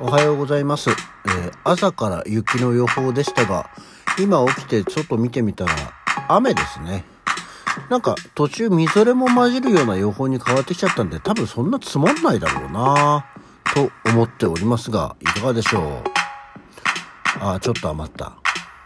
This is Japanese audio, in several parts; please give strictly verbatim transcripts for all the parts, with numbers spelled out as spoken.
おはようございます、えー、朝から雪の予報でしたが、今起きてちょっと見てみたら雨ですね。なんか途中みぞれも混じるような予報に変わってきちゃったんで、多分そんな積もんないだろうなと思っておりますが、いかがでしょう。あーちょっと余った。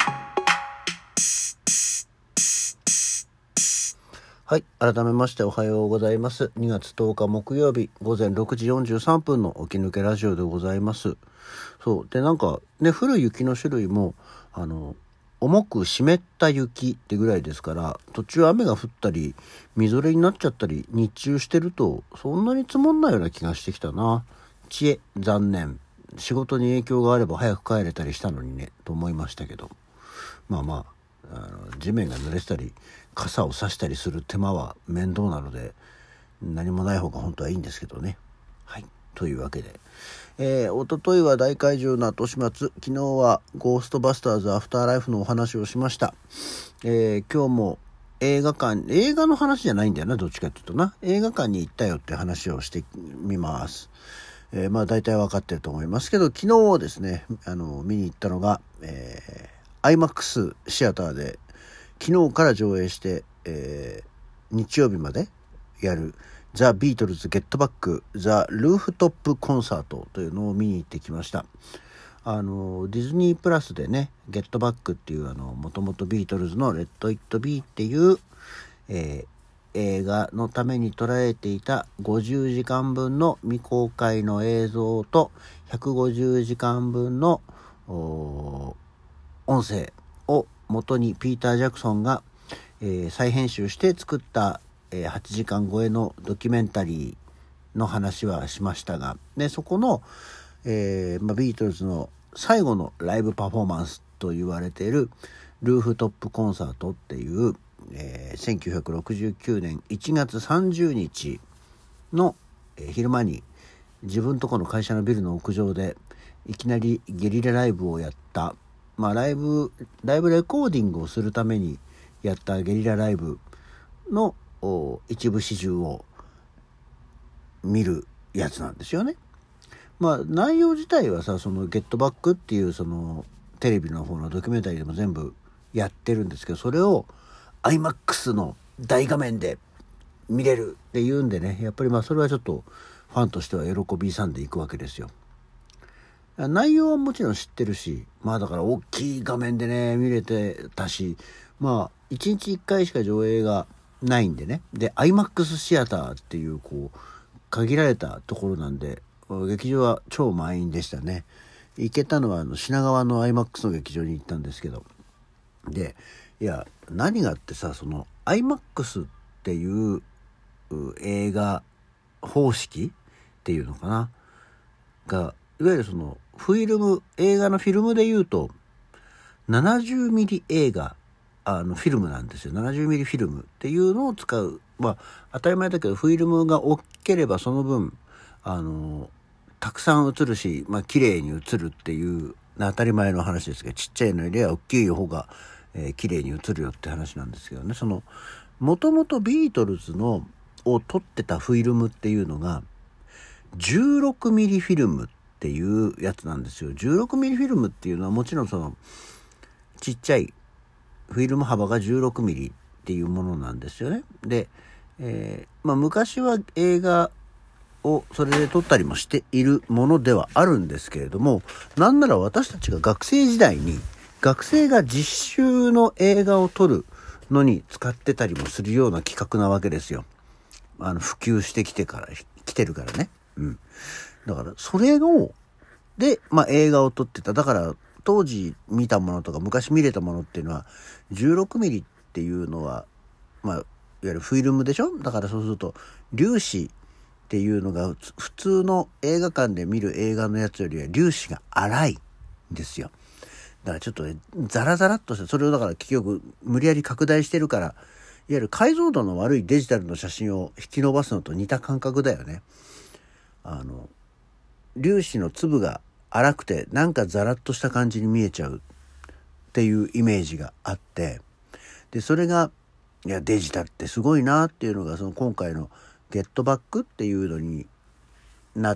はい、改めましておはようございます。にがつとおか木曜日ごぜんろくじよんじゅうさんぷんの起き抜けラジオでございます。そうで、なんかね、降る雪の種類もあの重く湿った雪ってぐらいですから、途中雨が降ったりみぞれになっちゃったり日中してるとそんなに積もんないような気がしてきたな。知恵残念。仕事に影響があれば早く帰れたりしたのにねと思いましたけど、まあまああの地面が濡れてたり傘を差したりする手間は面倒なので、何もない方が本当はいいんですけどね。はい、というわけで、えー、おとといは大怪獣の後始末、昨日はゴーストバスターズアフターライフのお話をしました。えー、今日も映画館、映画の話じゃないんだよな、どっちかっていうとな、映画館に行ったよって話をしてみます。えー、まあ大体分かってると思いますけど、昨日ですね、あの見に行ったのが、えー、アイマックス シアターで昨日から上映して、えー、日曜日までやるザ・ビートルズ・ゲットバック・ザ・ルーフトップ・コンサートというのを見に行ってきました。あのディズニープラスでね、ゲットバックっていうあのもともとビートルズのレッド・イット・ビーっていう、えー、映画のために捉えていたごじゅうじかんぶんの未公開の映像とひゃくごじゅうじかんぶんの音声を元にピーター・ジャクソンが、えー、再編集して作った、えー、はちじかん超えのドキュメンタリーの話はしましたが、でそこの、えーまあ、ビートルズの最後のライブパフォーマンスと言われているルーフトップコンサートっていう、えー、せんきゅうひゃくろくじゅうきゅうねんいちがつさんじゅうにちの、えー、昼間に自分とこの会社のビルの屋上でいきなりゲリラライブをやった、まあ、ライブライブレコーディングをするためにやったゲリラライブの一部始終を見るやつなんですよね。まあ内容自体はさ、そのゲットバックっていうそのテレビの方のドキュメンタリーでも全部やってるんですけど、それを アイマックス の大画面で見れるっていうんでね、やっぱりまあそれはちょっとファンとしては喜び勇んでいくわけですよ。内容はもちろん知ってるし、まあだから大きい画面でね見れてたし、まあいちにちいっかいしか上映がないんでね、で アイマックス シアターっていうこう限られたところなんで、劇場は超満員でしたね。行けたのはあの品川の アイマックス の劇場に行ったんですけど、でいや何があってさ、その アイマックス っていう映画方式っていうのかなが、いわゆるそのフィルム、映画のフィルムで言うとななじゅうミリ映画、あのフィルムなんですよ。ななじゅうミリフィルムっていうのを使う。まあ当たり前だけど、フィルムが大きければその分あのたくさん映るし、まあ綺麗に映るっていう当たり前の話ですけど、ちっちゃいのよりは大きい方が、えー、綺麗に映るよって話なんですけどね。そのもともとビートルズのを撮ってたフィルムっていうのがじゅうろくミリフィルムっていうやつなんですよ。じゅうろくミリフィルムっていうのはもちろんそのちっちゃいフィルム幅がじゅうろくミリっていうものなんですよね。で、えーまあ、昔は映画をそれで撮ったりもしているものではあるんですけれども、なんなら私たちが学生時代に学生が実習の映画を撮るのに使ってたりもするような企画なわけですよ。あの普及してきてから来てるからね。うん。だからそれをで、まあ、映画を撮ってた。だから当時見たものとか昔見れたものっていうのはじゅうろくミリっていうのは、まあ、いわゆるフィルムでしょ。だからそうすると粒子っていうのが普通の映画館で見る映画のやつよりは粒子が粗いんですよ。だからちょっとねザラザラっとして、それをだから結局無理やり拡大してるから、いわゆる解像度の悪いデジタルの写真を引き伸ばすのと似た感覚だよね。あの粒子の粒が粗くてなんかザラッとした感じに見えちゃうっていうイメージがあって、でそれがいやデジタルってすごいなっていうのが、その今回のゲットバックっていうのになって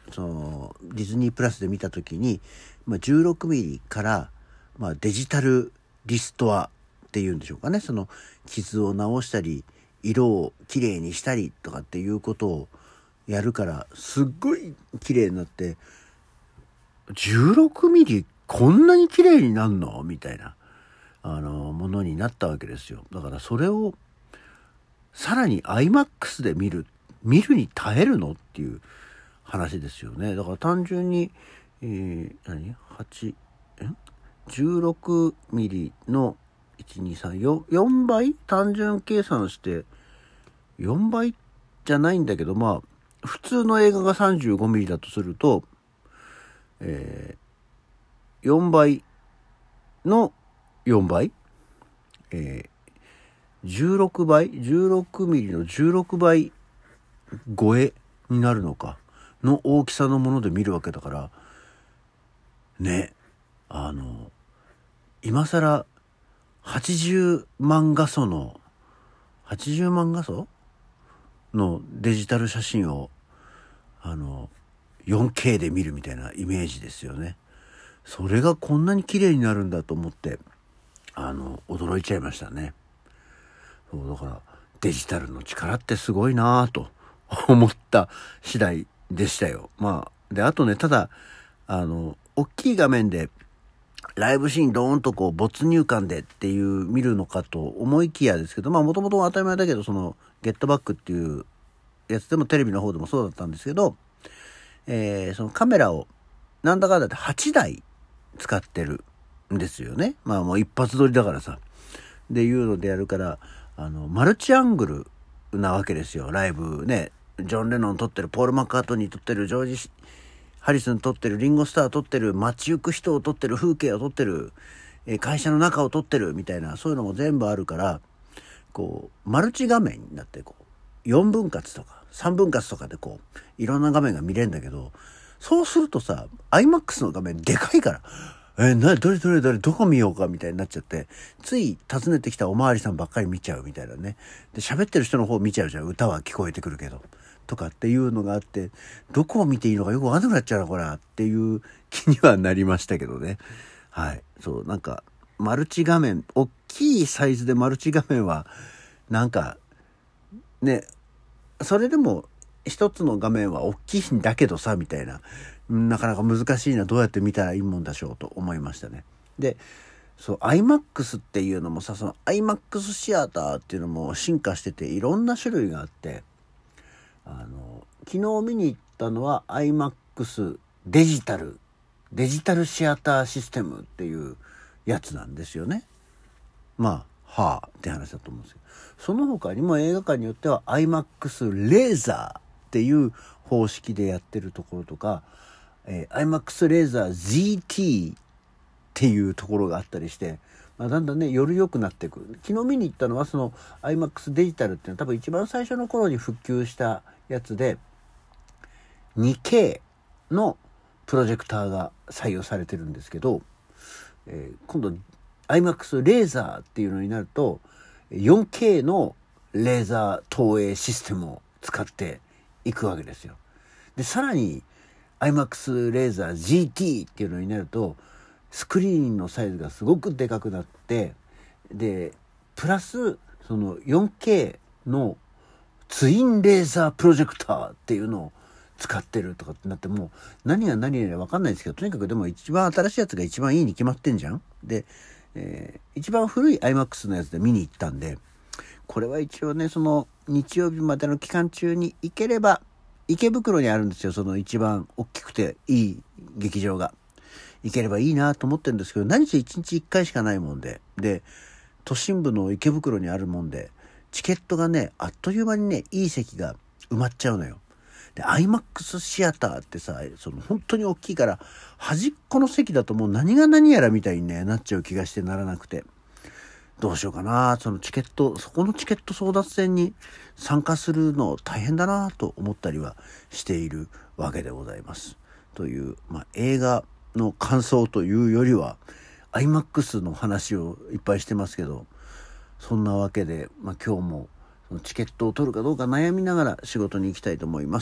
そのディズニープラスで見た時に、まあ、じゅうろくミリから、まあ、デジタルリストアっていうんでしょうかね、その傷を直したり色をきれいにしたりとかっていうことをやるからすっごいきれいになって、じゅうろくミリこんなにきれいになるのみたいなあのものになったわけですよ。だからそれをさらに アイマックス で見る見るに耐えるのっていう話ですよね。だから単純に、えー、何はちんじゅうろくミリのいちにさんよん よんばい単純計算してよんばいじゃないんだけど、まあ普通の映画がさんじゅうごミリだとすると、えー、よんばいのよんばい、えー、じゅうろくばいじゅうろくミリのじゅうろくばい超えになるのかの大きさのもので見るわけだからね。あの今更はちじゅうまん画素のはちじゅうまん画素のデジタル写真をあの よんケー で見るみたいなイメージですよね。それがこんなに綺麗になるんだと思ってあの驚いちゃいましたね。そうだからデジタルの力ってすごいなぁと思った次第でしたよ。まあであとね、ただあの大きい画面でライブシーンドーンとこう没入感でっていう見るのかと思いきやですけど、まあもともと当たり前だけど、そのゲットバックっていうやつでもテレビの方でもそうだったんですけど、えー、そのカメラをなんだかんだってはちだい使ってるんですよね。まあもう一発撮りだからさ。でいうのでやるから、あのマルチアングルなわけですよ。ライブね、ジョン・レノン撮ってる、ポール・マッカートニー撮ってる、ジョージ・ハリスン撮ってる、リンゴスター撮ってる、街行く人を撮ってる、風景を撮ってる、えー、会社の中を撮ってるみたいな、そういうのも全部あるから、こうマルチ画面になってこうよんぶん割とかさんぶん割とかでこういろんな画面が見れるんだけど、そうするとさ アイマックス の画面でかいから、えー、などれどれどれどこ見ようかみたいになっちゃって、つい訪ねてきたおまわりさんばっかり見ちゃうみたいなね。で喋ってる人の方見ちゃうじゃん、歌は聞こえてくるけどとかっていうのがあって、どこを見ていいのかよくわかんなくなっちゃうなこれっていう気にはなりましたけどね。はい、そうなんかマルチ画面、大きいサイズでマルチ画面はなんかね、それでも一つの画面は大きいんだけどさみたいな、なかなか難しいな、どうやって見たらいいもんだしょうと思いましたね。でそう アイマックス っていうのもさ、その アイマックス シアターっていうのも進化してていろんな種類があって、あの昨日見に行ったのは アイマックス デジタルデジタルシアターシステムっていうやつなんですよね。まあはあって話だと思うんですけど、その他にも映画館によっては アイマックス レーザーっていう方式でやってるところとか、えー、アイマックス レーザー ゼーティー っていうところがあったりして、まあ、だんだんねより良くなっていく。昨日見に行ったのはその アイマックス デジタルっていうのは多分一番最初の頃に復旧したやつで にケー のプロジェクターが採用されてるんですけど、えー、今度 アイマックス レーザーっていうのになると よんケー のレーザー投影システムを使っていくわけですよ。でさらに アイマックス レーザー ゼーティー っていうのになるとスクリーンのサイズがすごくでかくなって、でプラスその よんケー のツインレーザープロジェクターっていうのを使ってるとかってなって、もう何が何やら分かんないですけど、とにかくでも一番新しいやつが一番いいに決まってんじゃん。で、えー、一番古い アイマックス のやつで見に行ったんで、これは一応ねその日曜日までの期間中に行ければ、池袋にあるんですよ、その一番大きくていい劇場が。行ければいいなと思ってるんですけど、何せいちにちいっかいしかないもんで、で都心部の池袋にあるもんでチケットがねあっという間にねいい席が埋まっちゃうのよ。で アイマックス シアターってさ、その本当に大きいから端っこの席だともう何が何やらみたいに、ね、なっちゃう気がしてならなくて、どうしようかな、そのチケットそこのチケット争奪戦に参加するの大変だなと思ったりはしているわけでございます。という、まあ、映画の感想というよりは アイマックス の話をいっぱいしてますけど、そんなわけで、まあ、今日もそのチケットを取るかどうか悩みながら仕事に行きたいと思います。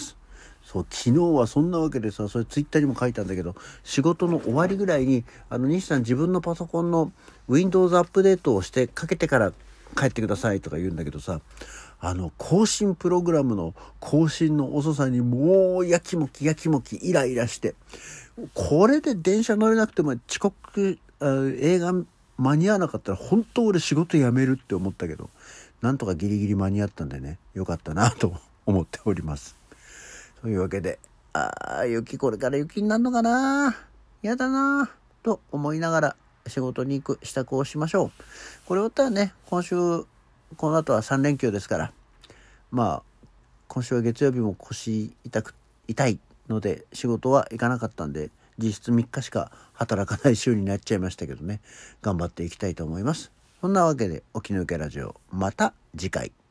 そう昨日はそんなわけでさ、それツイッターにも書いたんだけど、仕事の終わりぐらいにあの西さん自分のパソコンの Windows アップデートをしてかけてから帰ってくださいとか言うんだけどさ、あの更新プログラムの更新の遅さにもうやきもきやきもきイライラして、これで電車乗れなくても遅刻映画間に合わなかったら本当俺仕事辞めるって思ったけど、なんとかギリギリ間に合ったんでね、よかったなと思っております。というわけで、あー雪これから雪になるのかな、やだなと思いながら仕事に行く支度をしましょう。これ終わったらね、今週この後はさん連休ですから、まあ今週は月曜日も腰痛く痛いので仕事は行かなかったんで、実質みっかしか働かない週になっちゃいましたけどね、頑張っていきたいと思います。そんなわけで沖抜けラジオ、また次回。